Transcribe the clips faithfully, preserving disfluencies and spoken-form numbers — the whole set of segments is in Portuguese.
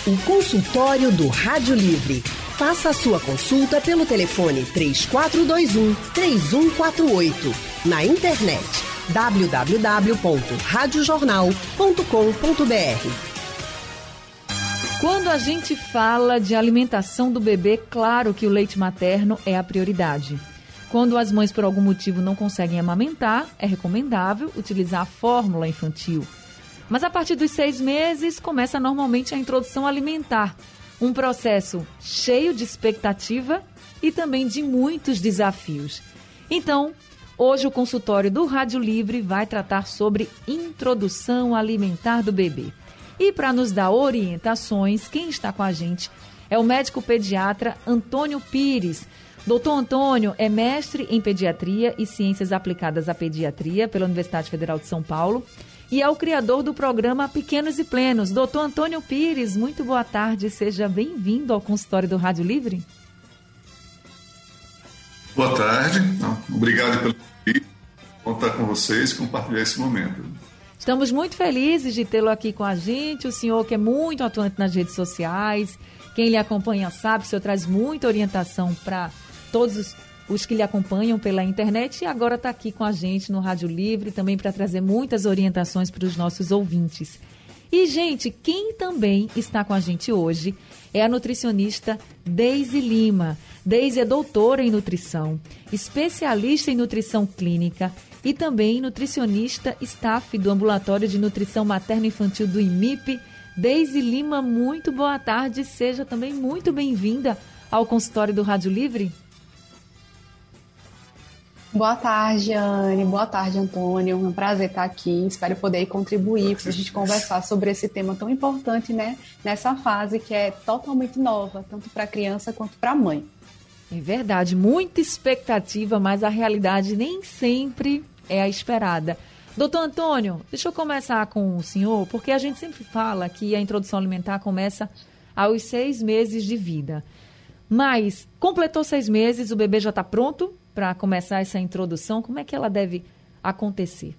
O consultório do Rádio Livre. Faça a sua consulta pelo telefone três quatro dois um, três um quatro oito. Na internet w w w ponto rádio jornal ponto com ponto b r. Quando a gente fala de alimentação do bebê, claro que o leite materno é a prioridade. Quando as mães por algum motivo não conseguem amamentar, é recomendável utilizar a fórmula infantil. Mas a partir dos seis meses começa normalmente a introdução alimentar, um processo cheio de expectativa e também de muitos desafios. Então, hoje o consultório do Rádio Livre vai tratar sobre introdução alimentar do bebê. E para nos dar orientações, quem está com a gente é o médico pediatra Antônio Pires. Doutor Antônio é mestre em pediatria e ciências aplicadas à pediatria pela Universidade Federal de São Paulo e é o criador do programa Pequenos e Plenos. Doutor Antônio Pires, muito boa tarde, seja bem-vindo ao consultório do Rádio Livre. Boa tarde, obrigado pelo convite, contar com vocês e compartilhar esse momento. Estamos muito felizes de tê-lo aqui com a gente, o senhor que é muito atuante nas redes sociais, quem lhe acompanha sabe, o senhor traz muita orientação para todos os, os que lhe acompanham pela internet e agora está aqui com a gente no Rádio Livre também para trazer muitas orientações para os nossos ouvintes. E, gente, quem também está com a gente hoje é a nutricionista Deise Lima. Deise é doutora em nutrição, especialista em nutrição clínica e também nutricionista staff do Ambulatório de Nutrição Materno-Infantil do I M I P. Deise Lima, muito boa tarde, seja também muito bem-vinda ao consultório do Rádio Livre. Boa tarde, Anne. Boa tarde, Antônio. É um prazer estar aqui. Espero poder contribuir para a gente conversar sobre esse tema tão importante, né? Nessa fase que é totalmente nova, tanto para a criança quanto para a mãe. É verdade, muita expectativa, mas a realidade nem sempre é a esperada. Doutor Antônio, deixa eu começar com o senhor, porque a gente sempre fala que a introdução alimentar começa aos seis meses de vida. Mas completou seis meses, o bebê já está pronto para começar essa introdução? Como é que ela deve acontecer?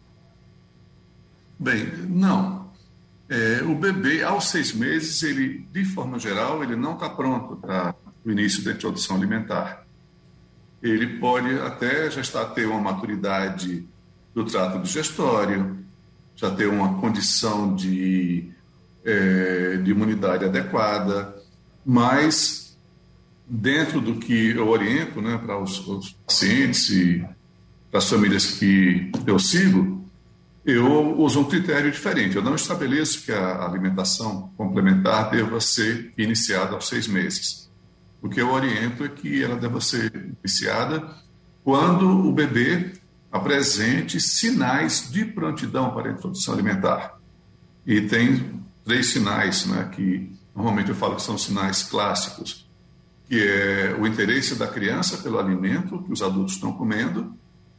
Bem, não. É, o bebê, aos seis meses, ele, de forma geral, ele não está pronto para o início da introdução alimentar. Ele pode até já estar ter uma maturidade do trato digestório, já ter uma condição de, é, de imunidade adequada, mas dentro do que eu oriento, né, para os, os pacientes e para as famílias que eu sigo, eu uso um critério diferente. Eu não estabeleço que a alimentação complementar deva ser iniciada aos seis meses. O que eu oriento é que ela deva ser iniciada quando o bebê apresente sinais de prontidão para a introdução alimentar. E tem três sinais, né, que normalmente eu falo que são sinais clássicos, que é o interesse da criança pelo alimento que os adultos estão comendo,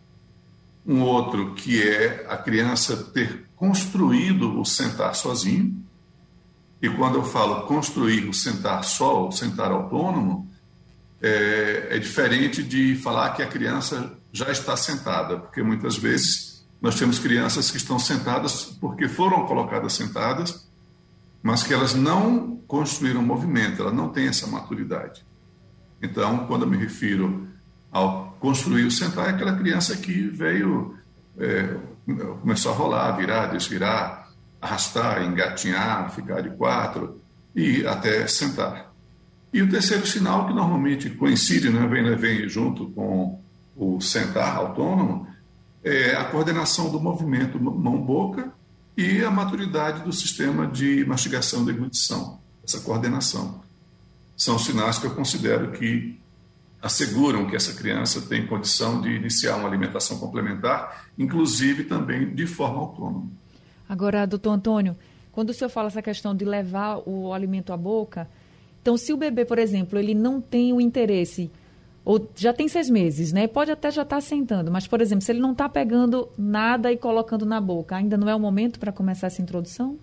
um outro que é a criança ter construído o sentar sozinho, e quando eu falo construir o sentar só, ou sentar autônomo, é, é diferente de falar que a criança já está sentada, porque muitas vezes nós temos crianças que estão sentadas porque foram colocadas sentadas, mas que elas não construíram movimento, elas não têm essa maturidade. Então, quando eu me refiro ao construir o sentar, é aquela criança que veio, é, começou a rolar, virar, desvirar, arrastar, engatinhar, ficar de quatro e até sentar. E o terceiro sinal, que normalmente coincide, né, vem, vem junto com o sentar autônomo, é a coordenação do movimento mão-boca e a maturidade do sistema de mastigação e deglutição, essa coordenação. São sinais que eu considero que asseguram que essa criança tem condição de iniciar uma alimentação complementar, inclusive também de forma autônoma. Agora, doutor Antônio, quando o senhor fala essa questão de levar o alimento à boca, então se o bebê, por exemplo, ele não tem o interesse, ou já tem seis meses, né? Pode até já estar sentando, mas, por exemplo, se ele não está pegando nada e colocando na boca, ainda não é o momento para começar essa introdução?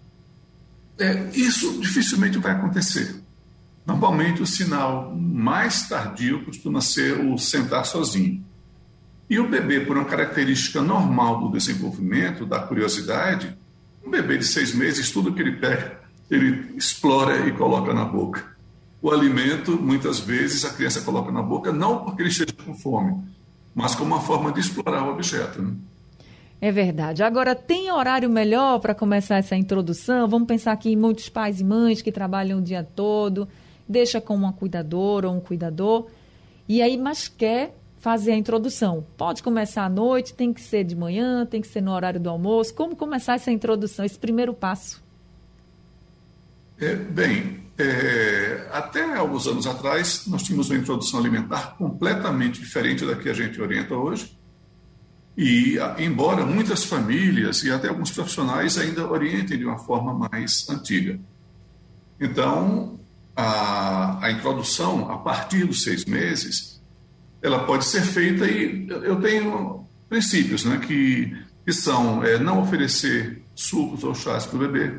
É, isso dificilmente vai acontecer. Normalmente, o sinal mais tardio costuma ser o sentar sozinho. E o bebê, por uma característica normal do desenvolvimento, da curiosidade, um bebê de seis meses, tudo que ele pega, ele explora e coloca na boca. O alimento, muitas vezes, a criança coloca na boca não porque ele esteja com fome, mas como uma forma de explorar o objeto, né? É verdade. Agora, tem horário melhor para começar essa introdução? Vamos pensar aqui em muitos pais e mães que trabalham o dia todo, deixa com uma cuidadora ou um cuidador, e aí, mas quer fazer a introdução. Pode começar à noite, tem que ser de manhã, tem que ser no horário do almoço. Como começar essa introdução, esse primeiro passo? É, bem, é, até alguns anos atrás, nós tínhamos uma introdução alimentar completamente diferente da que a gente orienta hoje. E, embora muitas famílias e até alguns profissionais ainda orientem de uma forma mais antiga. Então, a, a introdução, a partir dos seis meses, ela pode ser feita e eu tenho princípios, né, que, que são é, não oferecer sucos ou chás para o bebê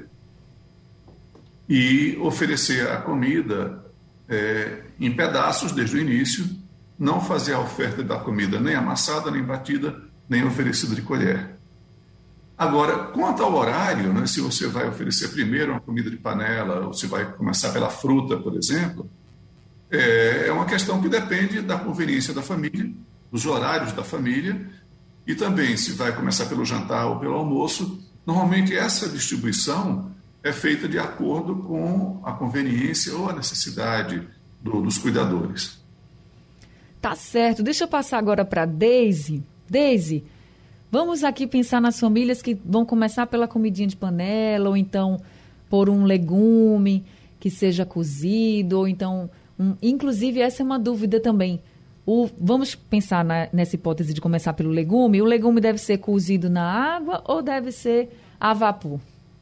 e oferecer a comida é, em pedaços desde o início, não fazer a oferta da comida nem amassada, nem batida, nem oferecida de colher. Agora, quanto ao horário, né, se você vai oferecer primeiro uma comida de panela ou se vai começar pela fruta, por exemplo, é uma questão que depende da conveniência da família, dos horários da família e também se vai começar pelo jantar ou pelo almoço. Normalmente essa distribuição é feita de acordo com a conveniência ou a necessidade do, dos cuidadores. Tá certo. Deixa eu passar agora para a Deise. Deise, vamos aqui pensar nas famílias que vão começar pela comidinha de panela, ou então por um legume que seja cozido, ou então... Um, inclusive, essa é uma dúvida também. O, vamos pensar na, nessa hipótese de começar pelo legume. O legume deve ser cozido na água ou deve ser a vapor?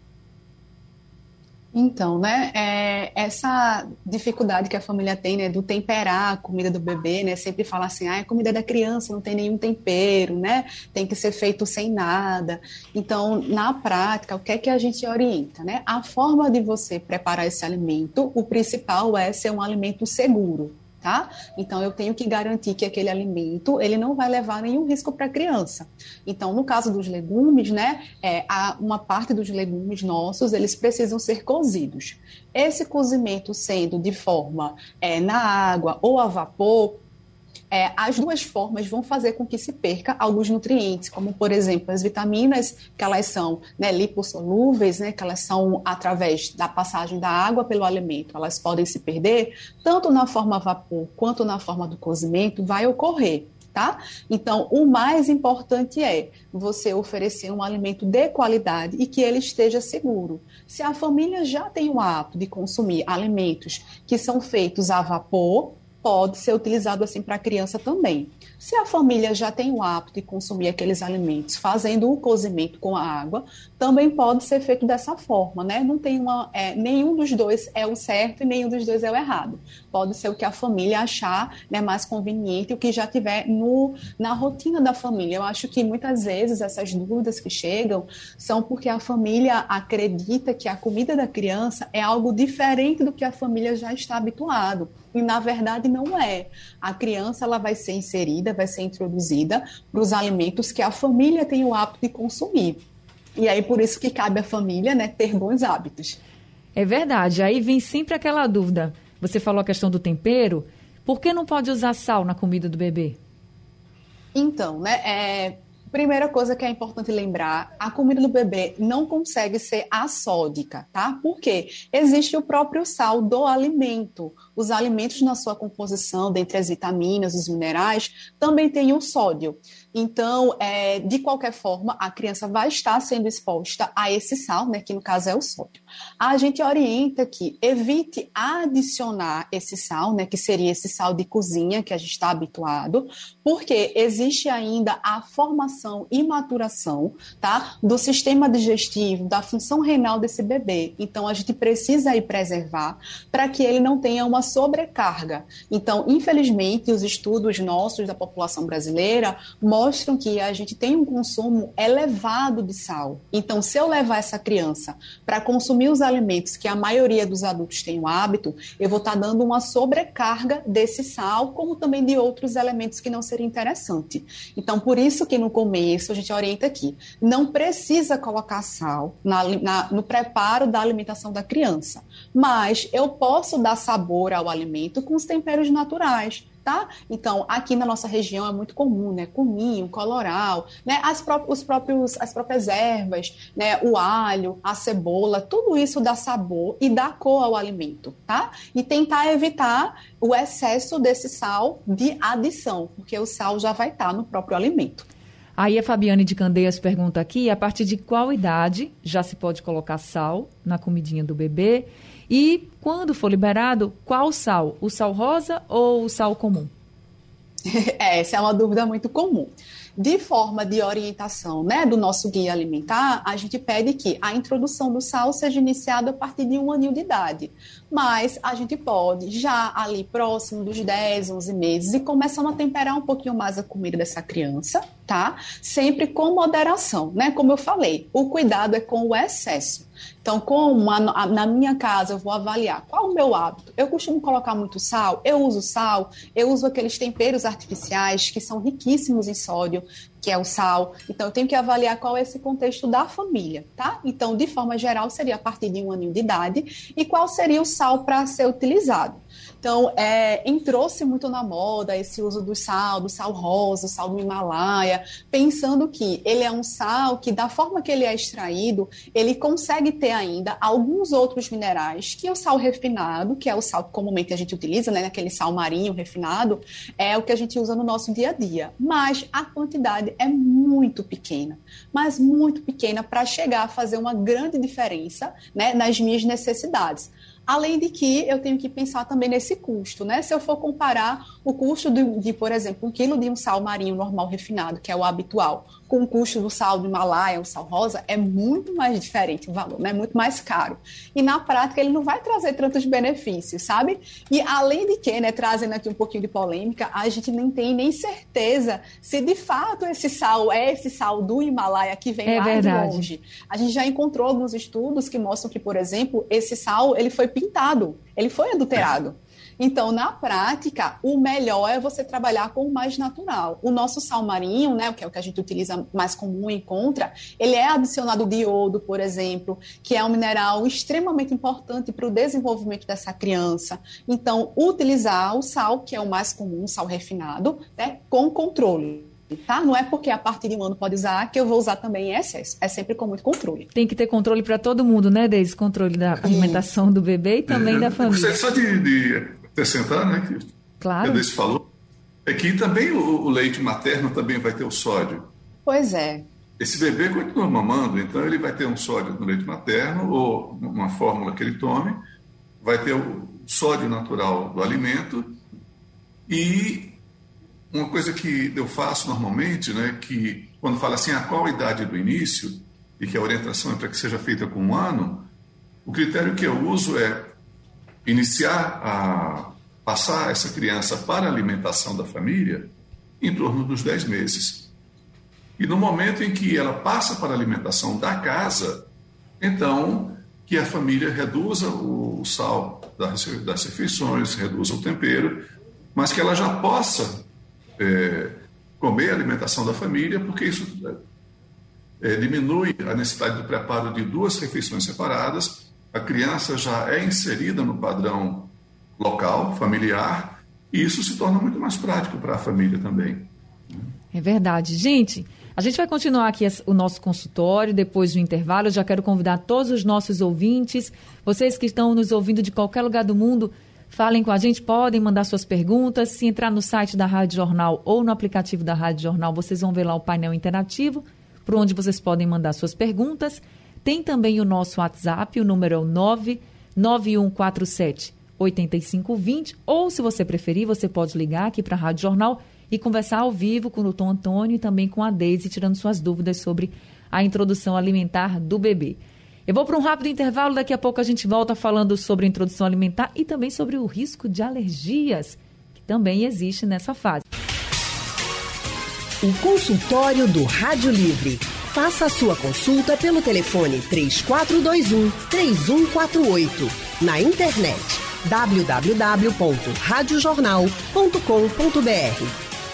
Então, né, é, essa dificuldade que a família tem, né, do temperar a comida do bebê, né, sempre fala assim, ah, a comida da criança não tem nenhum tempero, né, tem que ser feito sem nada. Então, na prática, o que é que a gente orienta, né? A forma de você preparar esse alimento, o principal é ser um alimento seguro. Tá? Então, eu tenho que garantir que aquele alimento ele não vai levar nenhum risco para a criança. Então, no caso dos legumes, né, é, há uma parte dos legumes nossos, eles precisam ser cozidos. Esse cozimento sendo de forma é, na água ou a vapor, É, as duas formas vão fazer com que se perca alguns nutrientes, como, por exemplo, as vitaminas, que elas são, né, lipossolúveis, né, que elas são através da passagem da água pelo alimento, elas podem se perder, tanto na forma vapor quanto na forma do cozimento, vai ocorrer. Tá? Então, o mais importante é você oferecer um alimento de qualidade e que ele esteja seguro. Se a família já tem o hábito de consumir alimentos que são feitos a vapor, pode ser utilizado assim para a criança também. Se a família já tem o hábito de consumir aqueles alimentos fazendo o cozimento com a água, também pode ser feito dessa forma, né? Não tem uma, é, nenhum dos dois é o certo e nenhum dos dois é o errado. Pode ser o que a família achar, né, mais conveniente, o que já tiver no, na rotina da família. Eu acho que muitas vezes essas dúvidas que chegam são porque a família acredita que a comida da criança é algo diferente do que a família já está habituado. E, na verdade, não é. A criança ela vai ser inserida, vai ser introduzida para os alimentos que a família tem o hábito de consumir. E aí, por isso que cabe à família, né, ter bons hábitos. É verdade. Aí vem sempre aquela dúvida. Você falou a questão do tempero. Por que não pode usar sal na comida do bebê? Então, né, é... primeira coisa que é importante lembrar, a comida do bebê não consegue ser assódica, tá? Porque existe o próprio sal do alimento. Os alimentos na sua composição, dentre as vitaminas, os minerais, também tem o sódio. Então, é, de qualquer forma, a criança vai estar sendo exposta a esse sal, né, que no caso é o sódio. A gente orienta que evite adicionar esse sal, né, que seria esse sal de cozinha que a gente está habituado, porque existe ainda a formação e maturação, tá, do sistema digestivo, da função renal desse bebê. Então, a gente precisa aí preservar para que ele não tenha uma sobrecarga. Então, infelizmente, os estudos nossos da população brasileira mostram mostram que a gente tem um consumo elevado de sal. Então, se eu levar essa criança para consumir os alimentos que a maioria dos adultos tem o hábito, eu vou estar dando uma sobrecarga desse sal, como também de outros elementos que não seria interessante. Então, por isso que no começo a gente orienta aqui, não precisa colocar sal na, na, no preparo da alimentação da criança, mas eu posso dar sabor ao alimento com os temperos naturais. Tá? Então, aqui na nossa região é muito comum, né? Cominho, colorau, né? As, pró- os próprios, as próprias ervas, né? O alho, a cebola, tudo isso dá sabor e dá cor ao alimento, tá? E tentar evitar o excesso desse sal de adição, porque o sal já vai estar no próprio alimento. Aí a Fabiane de Candeias pergunta aqui, a partir de qual idade já se pode colocar sal na comidinha do bebê? E quando for liberado, qual sal? O sal rosa ou o sal comum? Essa é uma dúvida muito comum. De forma de orientação, né, do nosso guia alimentar, a gente pede que a introdução do sal seja iniciada a partir de um aninho de idade. Mas a gente pode, já ali próximo dos dez, onze meses, e começando a temperar um pouquinho mais a comida dessa criança, tá? Sempre com moderação, né? Como eu falei, o cuidado é com o excesso. Então, como a, a, na minha casa eu vou avaliar qual o meu hábito, eu costumo colocar muito sal, eu uso sal, eu uso aqueles temperos artificiais que são riquíssimos em sódio, que é o sal. Então, eu tenho que avaliar qual é esse contexto da família, tá? Então, de forma geral, seria a partir de um aninho de idade. E qual seria o sal para ser utilizado? Então, é, entrou-se muito na moda esse uso do sal, do sal rosa, sal do Himalaia, pensando que ele é um sal que, da forma que ele é extraído, ele consegue ter ainda alguns outros minerais, que é o sal refinado, que é o sal que comumente a gente utiliza, né, aquele sal marinho refinado, é o que a gente usa no nosso dia a dia. Mas a quantidade é muito pequena, mas muito pequena para chegar a fazer uma grande diferença, né, nas minhas necessidades. Além de que eu tenho que pensar também nesse custo, né? Se eu for comparar o custo de, de, por exemplo, um quilo de um sal marinho normal refinado, que é o habitual, com o custo do sal do Himalaia, o sal rosa, é muito mais diferente o valor, né? Muito mais caro. E na prática ele não vai trazer tantos benefícios, sabe? E além de que, né, trazendo aqui um pouquinho de polêmica, a gente nem tem nem certeza se de fato esse sal é esse sal do Himalaia que vem é lá verdade. de longe. A gente já encontrou alguns estudos que mostram que, por exemplo, esse sal ele foi pintado, ele foi adulterado. Então, na prática, o melhor é você trabalhar com o mais natural. O nosso sal marinho, né, que é o que a gente utiliza mais comum e encontra, ele é adicionado de iodo, por exemplo, que é um mineral extremamente importante para o desenvolvimento dessa criança. Então, utilizar o sal, que é o mais comum, sal refinado, né, com controle. Tá? Não é porque a partir de um ano pode usar que eu vou usar também em excesso. É sempre com muito controle. Tem que ter controle para todo mundo, né, Deise? Controle da alimentação é. do bebê e também é, da família. Só de, de acrescentar, né, que claro. a Deise falou, é que também o, o leite materno também vai ter o sódio. Pois é. Esse bebê continua mamando, então ele vai ter um sódio no leite materno ou uma fórmula que ele tome, vai ter o sódio natural do alimento e uma coisa que eu faço normalmente, né, que quando fala assim, a qual a idade do início, e que a orientação é para que seja feita com um ano, o critério que eu uso é iniciar a passar essa criança para a alimentação da família em torno dos dez meses. E no momento em que ela passa para a alimentação da casa, então que a família reduza o sal das refeições, reduza o tempero, mas que ela já possa É, comer a alimentação da família, porque isso é, diminui a necessidade do preparo de duas refeições separadas, a criança já é inserida no padrão local, familiar, e isso se torna muito mais prático para a família também. É verdade. Gente, a gente vai continuar aqui o nosso consultório depois do intervalo. Eu já quero convidar todos os nossos ouvintes, vocês que estão nos ouvindo de qualquer lugar do mundo, falem com a gente, podem mandar suas perguntas. Se entrar no site da Rádio Jornal ou no aplicativo da Rádio Jornal, vocês vão ver lá o painel interativo, por onde vocês podem mandar suas perguntas. Tem também o nosso WhatsApp, o número é o nove nove um quatro sete oito cinco dois zero, ou se você preferir, você pode ligar aqui para a Rádio Jornal e conversar ao vivo com o doutor Antônio e também com a Deise, tirando suas dúvidas sobre a introdução alimentar do bebê. Eu vou para um rápido intervalo, daqui a pouco a gente volta falando sobre a introdução alimentar e também sobre o risco de alergias, que também existe nessa fase. O consultório do Rádio Livre. Faça a sua consulta pelo telefone três quatro dois um, três um quatro oito. Na internet w w w ponto rádio jornal ponto com ponto b r.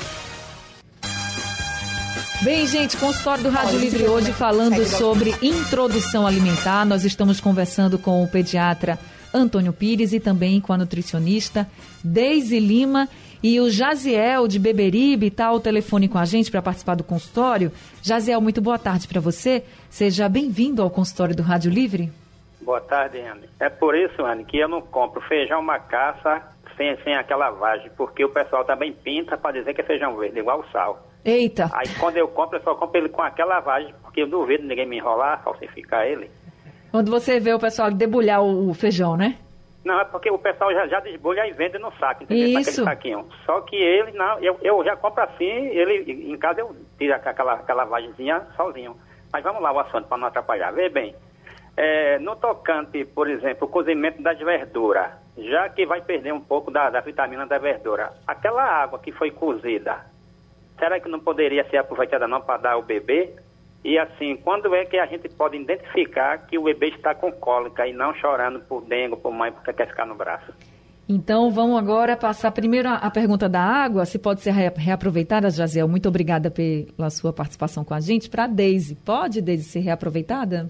Bem, gente, consultório do Rádio Livre hoje falando sobre introdução alimentar. Nós estamos conversando com o pediatra Antônio Pires e também com a nutricionista Deise Lima. E o Jaziel de Beberibe está ao telefone com a gente para participar do consultório. Jaziel, muito boa tarde para você. Seja bem-vindo ao consultório do Rádio Livre. Boa tarde, Anne. É por isso, Anne, que eu não compro feijão macaça sem, sem aquela lavagem, porque o pessoal também pinta para dizer que é feijão verde, igual o sal. Eita! Aí quando eu compro, eu só compro ele com aquela lavagem, porque eu duvido ninguém me enrolar, falsificar ele. Quando você vê o pessoal debulhar o, o feijão, né? Não, é porque o pessoal já, já desbulha e vende no saco, entendeu? Isso. Naquele saquinho. Só que ele, não, eu, eu já compro assim, ele, em casa eu tiro aquela, aquela lavagemzinha sozinho. Mas vamos lá o assunto, para não atrapalhar. Vê bem, é, no tocante, por exemplo, o cozimento das verduras, já que vai perder um pouco da, da vitamina da verdura, aquela água que foi cozida, será que não poderia ser aproveitada não para dar ao bebê? E assim, quando é que a gente pode identificar que o bebê está com cólica e não chorando por dengue, por mãe, porque quer ficar no braço? Então, vamos agora passar primeiro a, a pergunta da água, se pode ser re, reaproveitada, Jaziel. Muito obrigada pela sua participação com a gente. Para a Deise, pode, Deise, ser reaproveitada?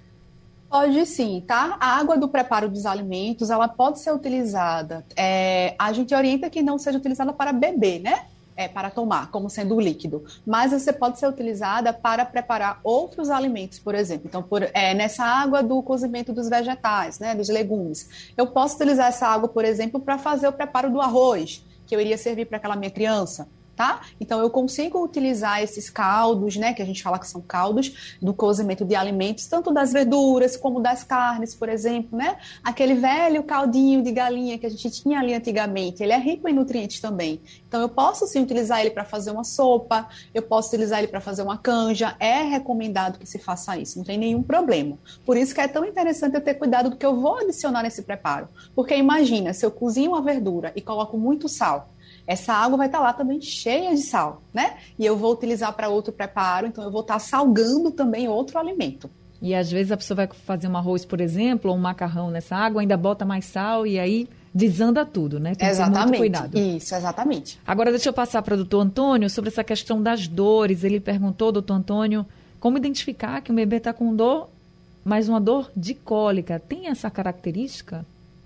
Pode sim, tá? A água do preparo dos alimentos, ela pode ser utilizada. É, a gente orienta que não seja utilizada para beber, né? É, para tomar, como sendo líquido. Mas você pode ser utilizada para preparar outros alimentos, por exemplo. Então, por, é, nessa água do cozimento dos vegetais, né, dos legumes. Eu posso utilizar essa água, por exemplo, para fazer o preparo do arroz, que eu iria servir para aquela minha criança. Tá? Então, eu consigo utilizar esses caldos, né, que a gente fala que são caldos do cozimento de alimentos, tanto das verduras como das carnes, por exemplo, né? Aquele velho caldinho de galinha que a gente tinha ali antigamente, ele é rico em nutrientes também. Então, eu posso sim utilizar ele para fazer uma sopa, eu posso utilizar ele para fazer uma canja, é recomendado que se faça isso, não tem nenhum problema. Por isso que é tão interessante eu ter cuidado do que eu vou adicionar nesse preparo. Porque imagina, se eu cozinho uma verdura e coloco muito sal, essa água vai estar lá também cheia de sal, né? E eu vou utilizar para outro preparo, então eu vou estar salgando também outro alimento. E às vezes a pessoa vai fazer um arroz, por exemplo, ou um macarrão nessa água, ainda bota mais sal e aí desanda tudo, né? Tem exatamente, que ter muito cuidado. Isso, exatamente. Agora deixa eu passar para o doutor Antônio sobre essa questão das dores. Ele perguntou, doutor Antônio, como identificar que o bebê está com dor, mas uma dor de cólica. Tem essa característica?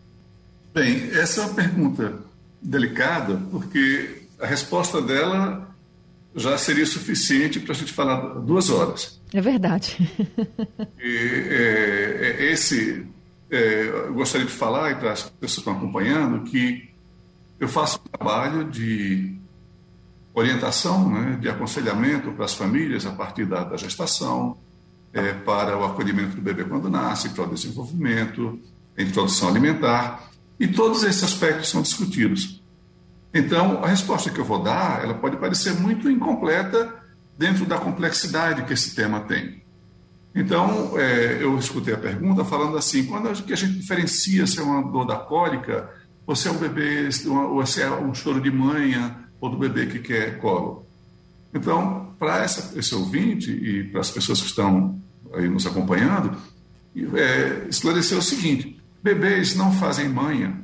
Bem, essa é uma pergunta delicada, porque a resposta dela já seria suficiente para a gente falar duas horas. É verdade. E, é, esse, é, eu gostaria de falar, e para as pessoas que estão acompanhando, que eu faço um trabalho de orientação, né, de aconselhamento para as famílias a partir da, da gestação, é, para o acolhimento do bebê quando nasce, para o desenvolvimento, a introdução alimentar. E todos esses aspectos são discutidos. Então, a resposta que eu vou dar, ela pode parecer muito incompleta dentro da complexidade que esse tema tem. Então, é, eu escutei a pergunta falando assim, quando que a gente diferencia se é uma dor da cólica, ou se é um bebê, ou se é um choro de manha, ou do bebê que quer colo. Então, para esse ouvinte e para as pessoas que estão aí nos acompanhando, é, esclarecer o seguinte: bebês não fazem manha,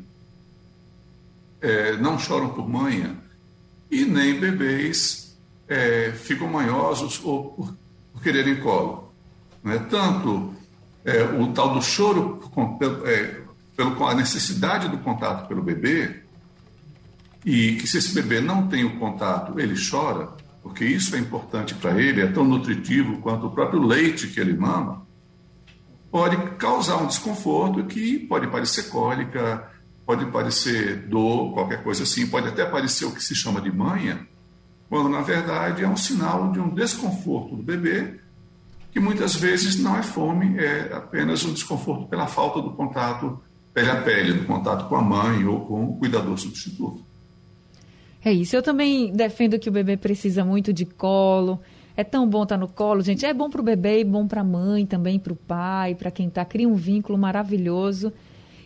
é, não choram por manha, e nem bebês é, ficam manhosos ou por, por quererem colo. Né? Tanto é, o tal do choro, com, é, pelo, a necessidade do contato pelo bebê, e que se esse bebê não tem o contato, ele chora, porque isso é importante para ele, é tão nutritivo quanto o próprio leite que ele mama, pode causar um desconforto que pode parecer cólica, pode parecer dor, qualquer coisa assim, pode até parecer o que se chama de manha, quando na verdade é um sinal de um desconforto do bebê, que muitas vezes não é fome, é apenas um desconforto pela falta do contato pele a pele, do contato com a mãe ou com o cuidador substituto. É isso, eu também defendo que o bebê precisa muito de colo. É tão bom estar no colo, gente. É bom para o bebê e bom para a mãe, também para o pai, para quem está. Cria um vínculo maravilhoso.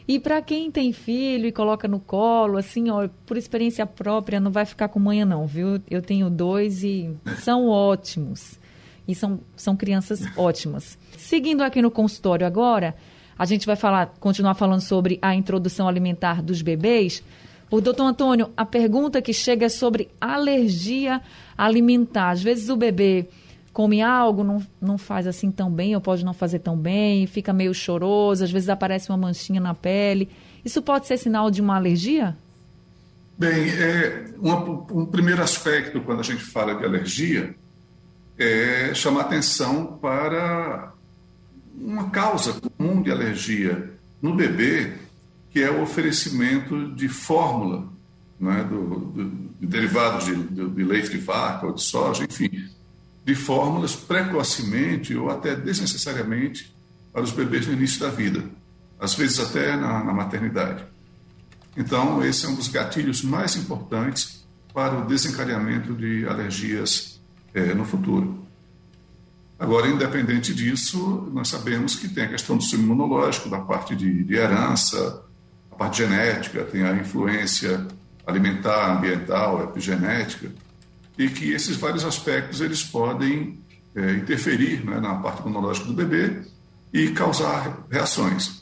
E para quem tem filho e coloca no colo, assim, ó, por experiência própria, não vai ficar com manha não, viu? Eu tenho dois e são ótimos. E são, são crianças ótimas. Seguindo aqui no consultório agora, a gente vai falar, continuar falando sobre a introdução alimentar dos bebês. O doutor Antônio, a pergunta que chega é sobre alergia alimentar. Às vezes o bebê come algo, não, não faz assim tão bem, ou pode não fazer tão bem, fica meio choroso, às vezes aparece uma manchinha na pele. Isso pode ser sinal de uma alergia? Bem, é, um, um primeiro aspecto quando a gente fala de alergia é chamar atenção para uma causa comum de alergia no bebê, que é o oferecimento de fórmula, né, do, do, de derivados de, de, de leite de vaca ou de soja, enfim, de fórmulas precocemente ou até desnecessariamente para os bebês no início da vida, às vezes até na, na maternidade. Então, esse é um dos gatilhos mais importantes para o desencadeamento de alergias é, no futuro. Agora, independente disso, nós sabemos que tem a questão do sistema imunológico, da parte de, de herança, a parte genética, tem a influência alimentar, ambiental, epigenética, e que esses vários aspectos eles podem é, interferir, né, na parte imunológica do bebê e causar reações.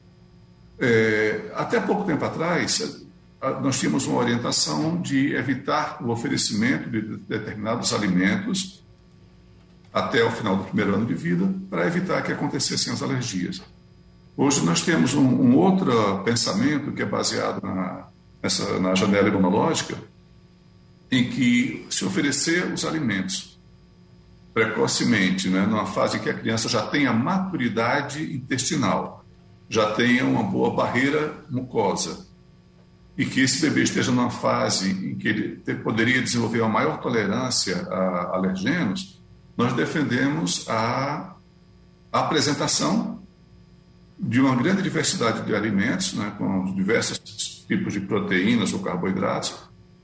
É, até pouco tempo atrás, nós tínhamos uma orientação de evitar o oferecimento de determinados alimentos até o final do primeiro ano de vida, para evitar que acontecessem as alergias. Hoje nós temos um, um outro pensamento que é baseado na, nessa, na janela imunológica, em que se oferecer os alimentos precocemente, né, numa fase em que a criança já tenha maturidade intestinal, já tenha uma boa barreira mucosa, e que esse bebê esteja numa fase em que ele poderia desenvolver uma maior tolerância a alergênios, nós defendemos a apresentação de uma grande diversidade de alimentos, né, com diversos tipos de proteínas ou carboidratos,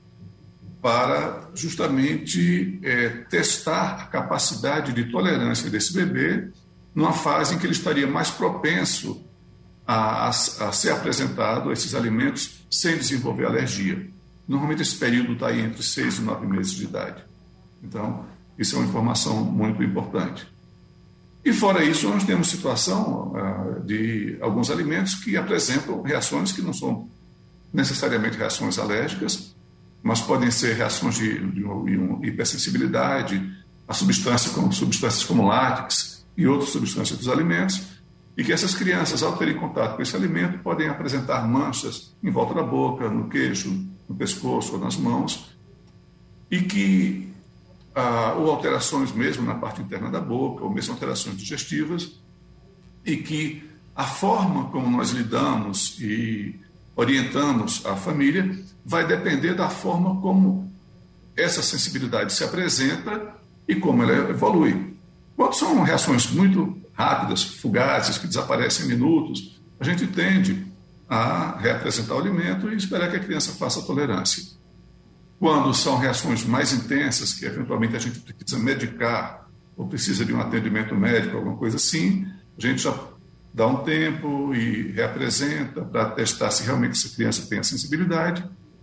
para justamente é, testar a capacidade de tolerância desse bebê numa fase em que ele estaria mais propenso a, a, a ser apresentado a esses alimentos sem desenvolver alergia. Normalmente esse período está aí entre seis e nove meses de idade. Então, isso é uma informação muito importante. E fora isso, nós temos situação uh, de alguns alimentos que apresentam reações que não são necessariamente reações alérgicas, mas podem ser reações de, de, de uma hipersensibilidade a substâncias como, substâncias como látex e outras substâncias dos alimentos, e que essas crianças, ao terem contato com esse alimento, podem apresentar manchas em volta da boca, no queixo, no pescoço ou nas mãos, e que Ah, ou alterações mesmo na parte interna da boca, ou mesmo alterações digestivas, e que a forma como nós lidamos e orientamos a família vai depender da forma como essa sensibilidade se apresenta e como ela evolui. Quando são reações muito rápidas, fugazes, que desaparecem em minutos, a gente tende a reapresentar o alimento e esperar que a criança faça tolerância. Quando são reações mais intensas, que eventualmente a gente precisa medicar ou precisa de um atendimento médico, alguma coisa assim, a gente já dá um tempo e reapresenta para testar se realmente essa criança tem a sensibilidade.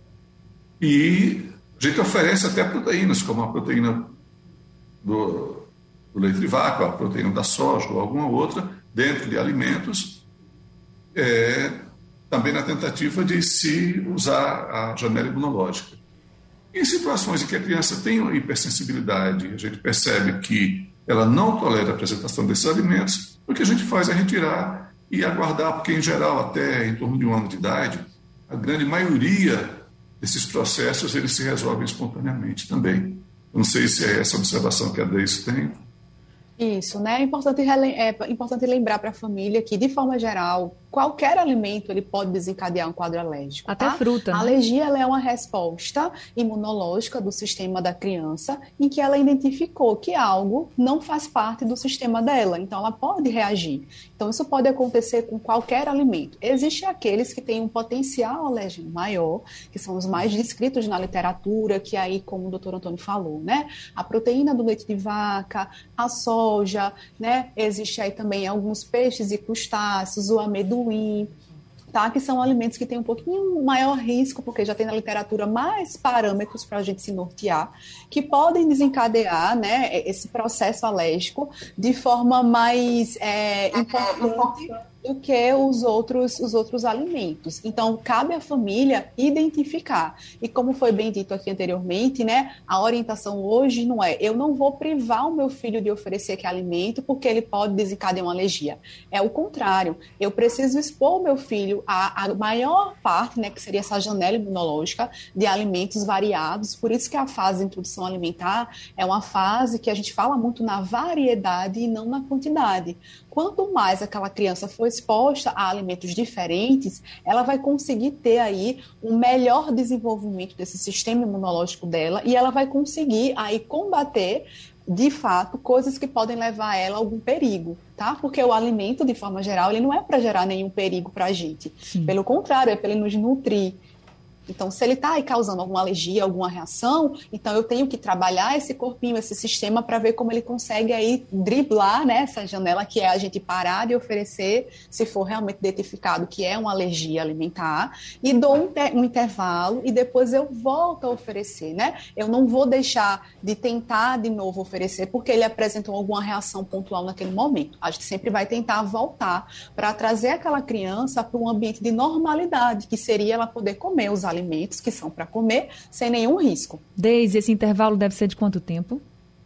E a gente oferece até proteínas, como a proteína do, do leite de vaca, a proteína da soja ou alguma outra, dentro de alimentos, é, também na tentativa de se usar a janela imunológica. Em situações em que a criança tem uma hipersensibilidade, a gente percebe que ela não tolera a apresentação desses alimentos, o que a gente faz é retirar e aguardar, porque em geral até em torno de um ano de idade, a grande maioria desses processos eles se resolvem espontaneamente também. Eu não sei se é essa observação que a Deise tem. Isso, né? É importante, é importante lembrar para a família que, de forma geral, qualquer alimento ele pode desencadear um quadro alérgico. Até tá? fruta. Né? A alergia ela é uma resposta imunológica do sistema da criança em que ela identificou que algo não faz parte do sistema dela. Então, ela pode reagir. Então, isso pode acontecer com qualquer alimento. Existem aqueles que têm um potencial alérgico maior, que são os mais descritos na literatura, que aí, como o doutor Antônio falou, né? A proteína do leite de vaca, a soja, né? Existe aí também alguns peixes e crustáceos, o amendoim. tá? Que são alimentos que têm um pouquinho maior risco, porque já tem na literatura mais parâmetros para a gente se nortear, que podem desencadear, né, esse processo alérgico de forma mais é, importante do que os outros, os outros alimentos. Então, cabe à família identificar. E como foi bem dito aqui anteriormente, né, a orientação hoje não é, eu não vou privar o meu filho de oferecer aquele alimento porque ele pode desencadear uma alergia. É o contrário. Eu preciso expor o meu filho à, à maior parte, né, que seria essa janela imunológica de alimentos variados. Por isso que a fase de introdução alimentar é uma fase que a gente fala muito na variedade e não na quantidade. Quanto mais aquela criança for exposta a alimentos diferentes, ela vai conseguir ter aí um melhor desenvolvimento desse sistema imunológico dela e ela vai conseguir aí combater, de fato, coisas que podem levar ela a algum perigo, tá? Porque o alimento, de forma geral, ele não é para gerar nenhum perigo para a gente. Sim. Pelo contrário, é para ele nos nutrir. Então, se ele está aí causando alguma alergia, alguma reação, então eu tenho que trabalhar esse corpinho, esse sistema, para ver como ele consegue aí driblar, né, essa janela, que é a gente parar de oferecer, se for realmente identificado que é uma alergia alimentar, e dou um, um intervalo e depois eu volto a oferecer, né? Eu não vou deixar de tentar de novo oferecer porque ele apresentou alguma reação pontual naquele momento. A gente sempre vai tentar voltar para trazer aquela criança para um ambiente de normalidade, que seria ela poder comer os alimentos alimentos que são para comer sem nenhum risco. Deise, esse intervalo deve ser de quanto tempo?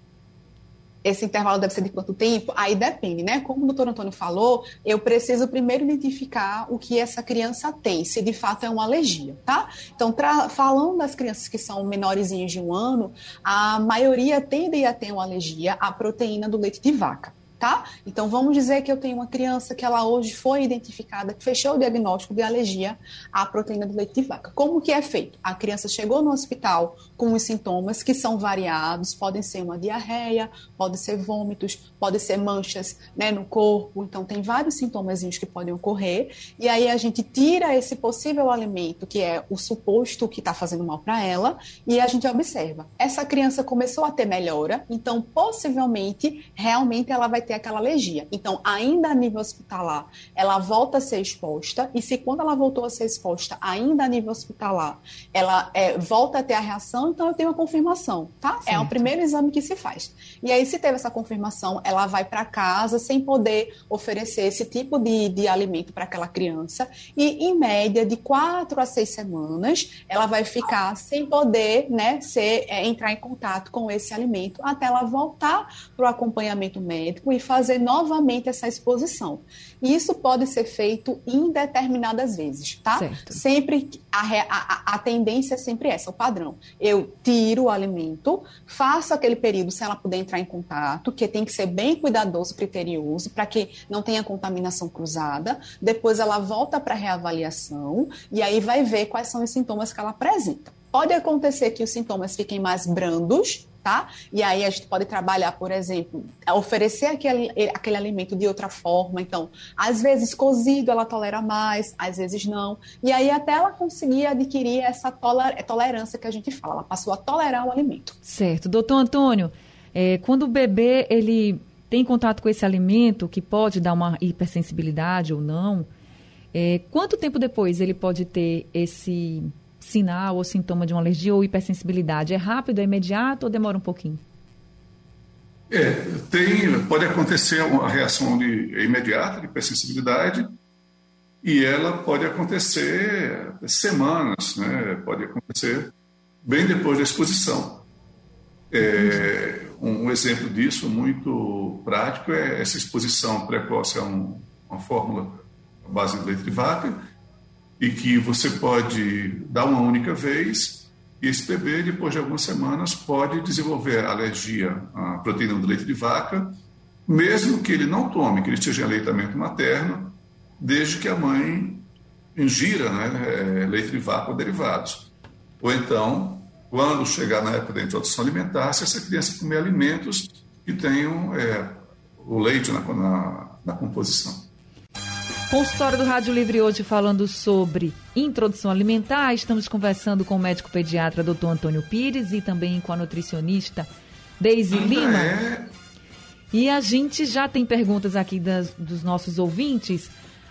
Esse intervalo deve ser de quanto tempo? Aí depende, né? Como o doutor Antônio falou, eu preciso primeiro identificar o que essa criança tem, se de fato é uma alergia, tá? Então, tra- falando das crianças que são menorzinhas de um ano, a maioria tende a ter uma alergia à proteína do leite de vaca. Tá? Então, vamos dizer que eu tenho uma criança que ela hoje foi identificada, que fechou o diagnóstico de alergia à proteína do leite de vaca. Como que é feito? A criança chegou no hospital com os sintomas que são variados, podem ser uma diarreia, pode ser vômitos, pode ser manchas, né, no corpo, então tem vários sintomazinhos que podem ocorrer, e aí a gente tira esse possível alimento, que é o suposto que está fazendo mal para ela, e a gente observa. Essa criança começou a ter melhora, então possivelmente, realmente ela vai ter aquela alergia. Então, ainda a nível hospitalar, ela volta a ser exposta, e se quando ela voltou a ser exposta, ainda a nível hospitalar, ela é, volta a ter a reação, então eu tenho a confirmação, tá? Certo. É o primeiro exame que se faz. E aí, se teve essa confirmação, ela vai para casa sem poder oferecer esse tipo de, de alimento para aquela criança, e em média, de quatro a seis semanas, ela vai ficar sem poder, né, ser, é, entrar em contato com esse alimento, até ela voltar para o acompanhamento médico e fazer novamente essa exposição. E isso pode ser feito indeterminadas vezes, tá? Certo. Sempre, a, a, a tendência é sempre essa, o padrão. Eu tiro o alimento, faço aquele período se ela puder entrar em contato, que tem que ser bem cuidadoso, criterioso, para que não tenha contaminação cruzada. Depois ela volta para a reavaliação e aí vai ver quais são os sintomas que ela apresenta. Pode acontecer que os sintomas fiquem mais brandos, tá? E aí a gente pode trabalhar, por exemplo, oferecer aquele, aquele alimento de outra forma. Então, às vezes cozido ela tolera mais, às vezes não. E aí até ela conseguir adquirir essa toler- tolerância que a gente fala. Ela passou a tolerar o alimento. Certo. Doutor Antônio, é, quando o bebê ele tem contato com esse alimento, que pode dar uma hipersensibilidade ou não, é, quanto tempo depois ele pode ter esse sinal ou sintoma de uma alergia ou hipersensibilidade? É rápido, é imediato ou demora um pouquinho? É, tem, pode acontecer uma reação de, imediata de hipersensibilidade e ela pode acontecer semanas, né? Pode acontecer bem depois da exposição. É, um, um exemplo disso muito prático é essa exposição precoce a um, uma fórmula à base de leite de vaca, e que você pode dar uma única vez, e esse bebê, depois de algumas semanas, pode desenvolver alergia à proteína do leite de vaca, mesmo que ele não tome, que ele esteja em aleitamento materno, desde que a mãe ingira, né, leite de vaca ou derivados. Ou então, quando chegar na época da introdução alimentar, se essa criança comer alimentos que tenham é, o leite na, na, na composição. Consultório do Rádio Livre hoje falando sobre introdução alimentar. Estamos conversando com o médico pediatra doutor Antônio Pires e também com a nutricionista Deise Lima. É. E a gente já tem perguntas aqui das, dos nossos ouvintes.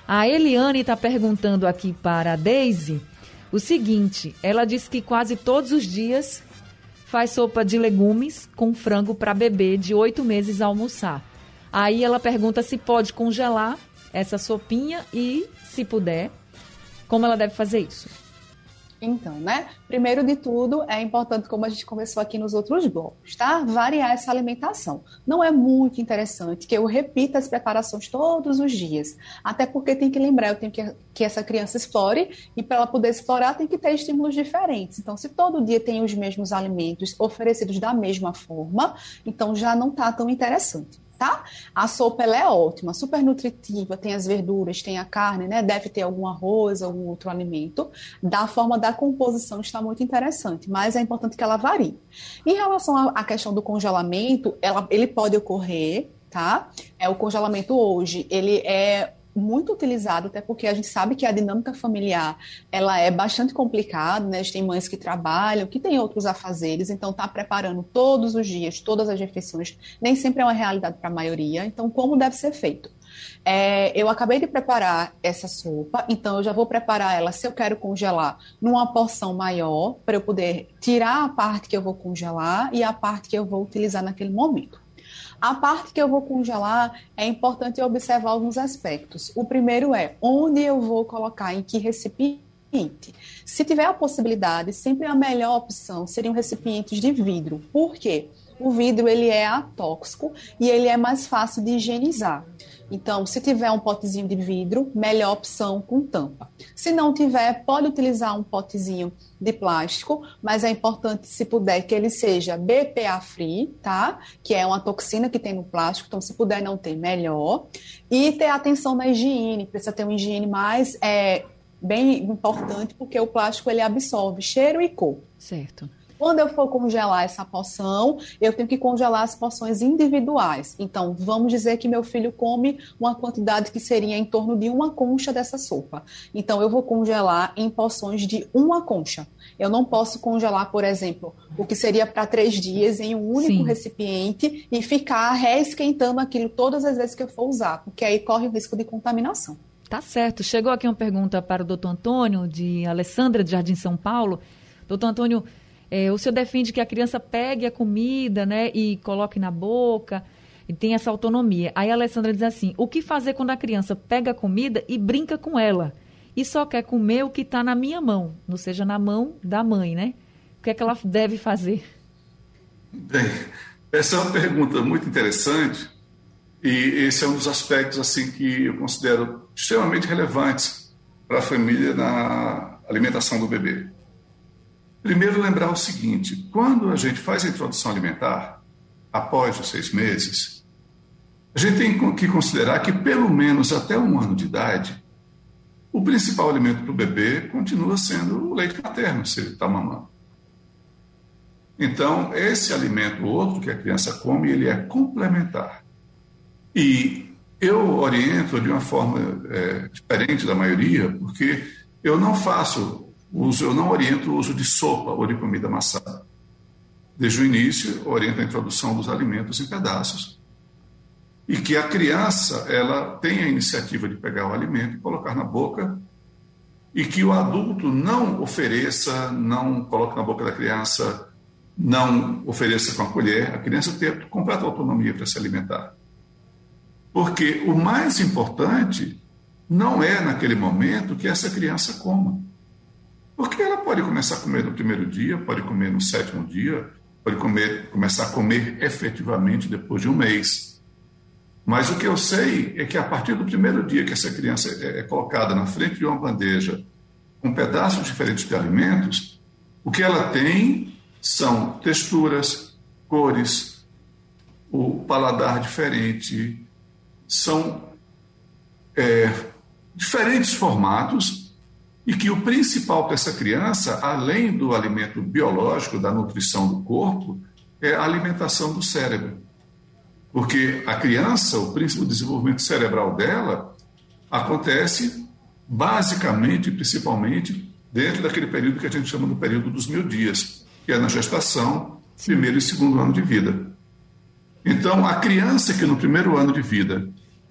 A Eliane está perguntando aqui para a Deise o seguinte, ela disse que quase todos os dias faz sopa de legumes com frango para bebê de oito meses almoçar. Aí ela pergunta se pode congelar essa sopinha e, se puder, como ela deve fazer isso. Então, né? Primeiro de tudo, é importante, como a gente conversou aqui nos outros blocos, tá? Variar essa alimentação. Não é muito interessante que eu repita as preparações todos os dias. Até porque tem que lembrar, eu tenho que que essa criança explore e para ela poder explorar tem que ter estímulos diferentes. Então, se todo dia tem os mesmos alimentos oferecidos da mesma forma, então já não está tão interessante. Tá? A sopa ela é ótima, super nutritiva, tem as verduras, tem a carne, né? Deve ter algum arroz, algum outro alimento. Da forma da composição está muito interessante, mas é importante que ela varie. Em relação à questão do congelamento, ela, ele pode ocorrer, tá? É, o congelamento hoje, ele é muito utilizado, até porque a gente sabe que a dinâmica familiar ela é bastante complicada, né? A gente tem mães que trabalham, que têm outros afazeres, então tá preparando todos os dias, todas as refeições, nem sempre é uma realidade para a maioria, então como deve ser feito? É, eu acabei de preparar essa sopa, então eu já vou preparar ela, se eu quero congelar, numa porção maior, para eu poder tirar a parte que eu vou congelar e a parte que eu vou utilizar naquele momento. A parte que eu vou congelar, é importante observar alguns aspectos. O primeiro é onde eu vou colocar, em que recipiente. Se tiver a possibilidade, sempre a melhor opção seriam recipientes de vidro. Por quê? O vidro ele é atóxico e ele é mais fácil de higienizar. Então, se tiver um potezinho de vidro, melhor opção com tampa. Se não tiver, pode utilizar um potezinho de plástico, mas é importante, se puder, que ele seja B P A free, tá? Que é uma toxina que tem no plástico, então se puder não ter, melhor. E ter atenção na higiene, precisa ter uma higiene mais é, bem importante, porque o plástico ele absorve cheiro e cor. Certo. Quando eu for congelar essa porção, eu tenho que congelar as porções individuais. Então, vamos dizer que meu filho come uma quantidade que seria em torno de uma concha dessa sopa. Então, eu vou congelar em porções de uma concha. Eu não posso congelar, por exemplo, o que seria para três dias em um único Sim. recipiente e ficar reesquentando aquilo todas as vezes que eu for usar, porque aí corre o risco de contaminação. Tá certo. Chegou aqui uma pergunta para o doutor Antônio, de Alessandra, de Jardim São Paulo. Doutor Antônio, É, o senhor defende que a criança pegue a comida, né, e coloque na boca, e tem essa autonomia. Aí a Alessandra diz assim, o que fazer quando a criança pega a comida e brinca com ela? E só quer comer o que está na minha mão, não seja na mão da mãe, né? O que é que ela deve fazer? Bem, essa é uma pergunta muito interessante e esse é um dos aspectos assim, que eu considero extremamente relevantes para a família na alimentação do bebê. Primeiro, lembrar o seguinte, quando a gente faz a introdução alimentar, após os seis meses, a gente tem que considerar que, pelo menos até um ano de idade, o principal alimento para o bebê continua sendo o leite materno, se ele está mamando. Então, esse alimento, outro que a criança come, ele é complementar. E eu oriento de uma forma é, diferente da maioria, porque eu não faço... Uso, eu não oriento o uso de sopa ou de comida amassada. Desde o início, oriento a introdução dos alimentos em pedaços e que a criança ela tenha a iniciativa de pegar o alimento e colocar na boca e que o adulto não ofereça, não coloque na boca da criança, não ofereça com a colher, a criança ter completa autonomia para se alimentar. Porque o mais importante não é naquele momento que essa criança coma. Porque ela pode começar a comer no primeiro dia, pode comer no sétimo dia, pode comer, começar a comer efetivamente depois de um mês. Mas o que eu sei é que a partir do primeiro dia que essa criança é, é colocada na frente de uma bandeja com pedaços diferentes de alimentos, o que ela tem são texturas, cores, o paladar diferente, são é, diferentes formatos. E que o principal para essa criança, além do alimento biológico, da nutrição do corpo, é a alimentação do cérebro. Porque a criança, o princípio do desenvolvimento cerebral dela, acontece basicamente, principalmente, dentro daquele período que a gente chama do período dos mil dias, que é na gestação, Sim. primeiro e segundo ano de vida. Então, a criança que no primeiro ano de vida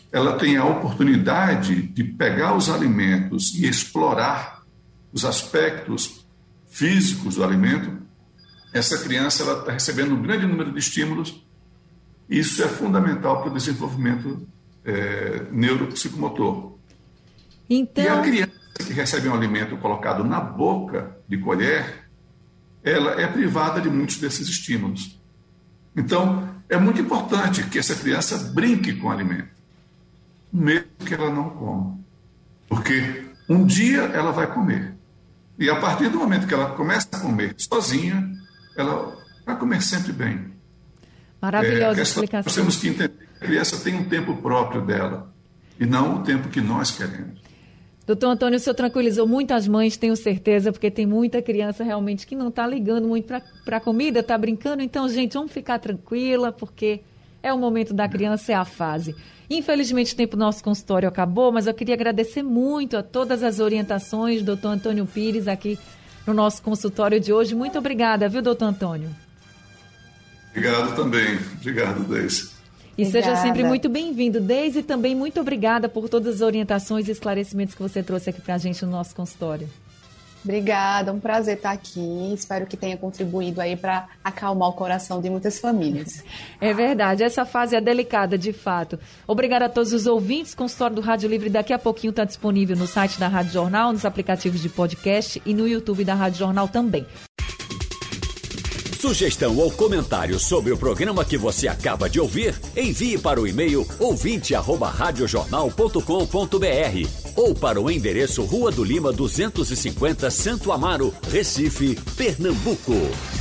ela tem a oportunidade de pegar os alimentos e explorar os aspectos físicos do alimento, essa criança está recebendo um grande número de estímulos. Isso é fundamental para o desenvolvimento é, neuropsicomotor. Então... E a criança que recebe um alimento colocado na boca de colher, ela é privada de muitos desses estímulos. Então, é muito importante que essa criança brinque com o alimento, mesmo que ela não coma. Porque um dia ela vai comer. E a partir do momento que ela começa a comer sozinha, ela vai comer sempre bem. Maravilhosa é, explicação. Nós temos que entender que a criança tem um tempo próprio dela, e não o tempo que nós queremos. Doutor Antônio, o senhor tranquilizou muitas mães, tenho certeza, porque tem muita criança realmente que não está ligando muito para a comida, está brincando. Então, gente, vamos ficar tranquila, porque é o momento da criança, é a fase. Infelizmente, o tempo do nosso consultório acabou, mas eu queria agradecer muito a todas as orientações do doutor Antônio Pires aqui no nosso consultório de hoje. Muito obrigada, viu, doutor Antônio? Obrigado também. Obrigado, Deise. E obrigada. Seja sempre muito bem-vindo, Deise, e também muito obrigada por todas as orientações e esclarecimentos que você trouxe aqui para a gente no nosso consultório. Obrigada, um prazer estar aqui. Espero que tenha contribuído aí para acalmar o coração de muitas famílias. É verdade, essa fase é delicada, de fato. Obrigada a todos os ouvintes. O consultório do Rádio Livre daqui a pouquinho está disponível no site da Rádio Jornal, nos aplicativos de podcast e no YouTube da Rádio Jornal também. Sugestão ou comentário sobre o programa que você acaba de ouvir, envie para o e-mail ouvinte arroba radiojornal ponto com ponto br ou para o endereço Rua do Lima duzentos e cinquenta, Santo Amaro, Recife, Pernambuco.